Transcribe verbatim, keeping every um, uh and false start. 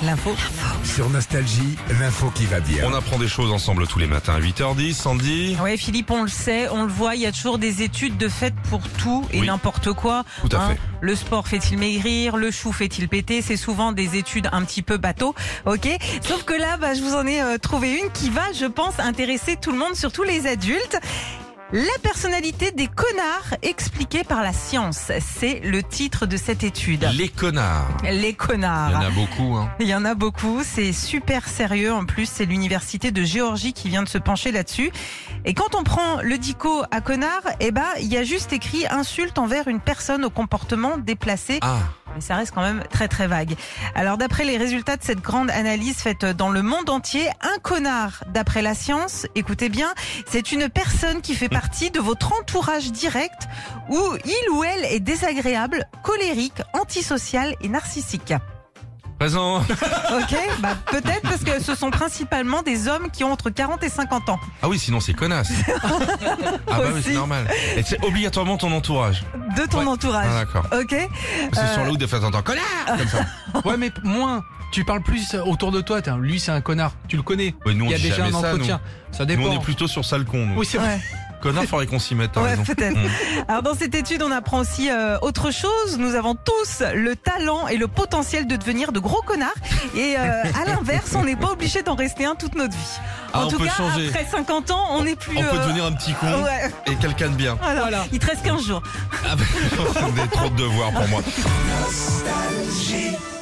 L'info. Sur Nostalgie, l'info qui va bien. On apprend des choses ensemble tous les matins à huit heures dix, Sandy. Ouais, Philippe, on le sait, on le voit, il y a toujours des études de fait pour tout et Oui. n'importe quoi. Tout à fait. Le sport fait-il maigrir? Le chou fait-il péter? C'est souvent des études un petit peu bateau, ok? Sauf que là, bah, je vous en ai euh, trouvé une qui va, je pense, intéresser tout le monde, surtout les adultes. La personnalité des connards expliquée par la science, c'est le titre de cette étude. Les connards. Les connards. Il y en a beaucoup, hein. Il y en a beaucoup, c'est super sérieux. En plus, c'est l'université de Géorgie qui vient de se pencher là-dessus. Et quand on prend le dico à connard, eh ben, il y a juste écrit insulte envers une personne au comportement déplacé. Ah. Mais ça reste quand même très très vague. Alors d'après les résultats de cette grande analyse faite dans le monde entier, un connard, d'après la science, écoutez bien, c'est une personne qui fait partie de votre entourage direct où il ou elle est désagréable, colérique, antisocial et narcissique. Présent. Ok, bah peut-être parce que ce sont principalement des hommes qui ont entre quarante et cinquante ans. Ah oui, sinon c'est connasse. Ah bah oui, Aussi. c'est normal. Et c'est obligatoirement ton entourage. De ton Ouais. entourage. Ah d'accord. Ok. C'est Euh, sur la route des fois t'entends connard comme ça. Ouais, mais moins. Tu parles plus autour de toi. Tiens, lui, c'est un connard. Tu le connais. Ouais, nous, on Il y a dit déjà jamais un ça, entretien. Ça Nous dépend. on est plutôt sur sale con. nous. Oui, c'est vrai. Ouais. Connard, faudrait qu'on s'y mette. t'as Ouais, raison. peut-être. Mm. Alors dans cette étude, on apprend aussi euh, autre chose. Nous avons tous le talent et le potentiel de devenir de gros connards. Et euh, à l'inverse, on n'est pas obligé d'en rester un toute notre vie. Ah, En on tout peut cas, changer. après cinquante ans, on n'est plus... On peut euh, devenir un petit con Ouais, et quelqu'un de bien. voilà. Voilà. Il te reste quinze jours. Ah bah, on a trop de devoirs pour moi. Nostalgie.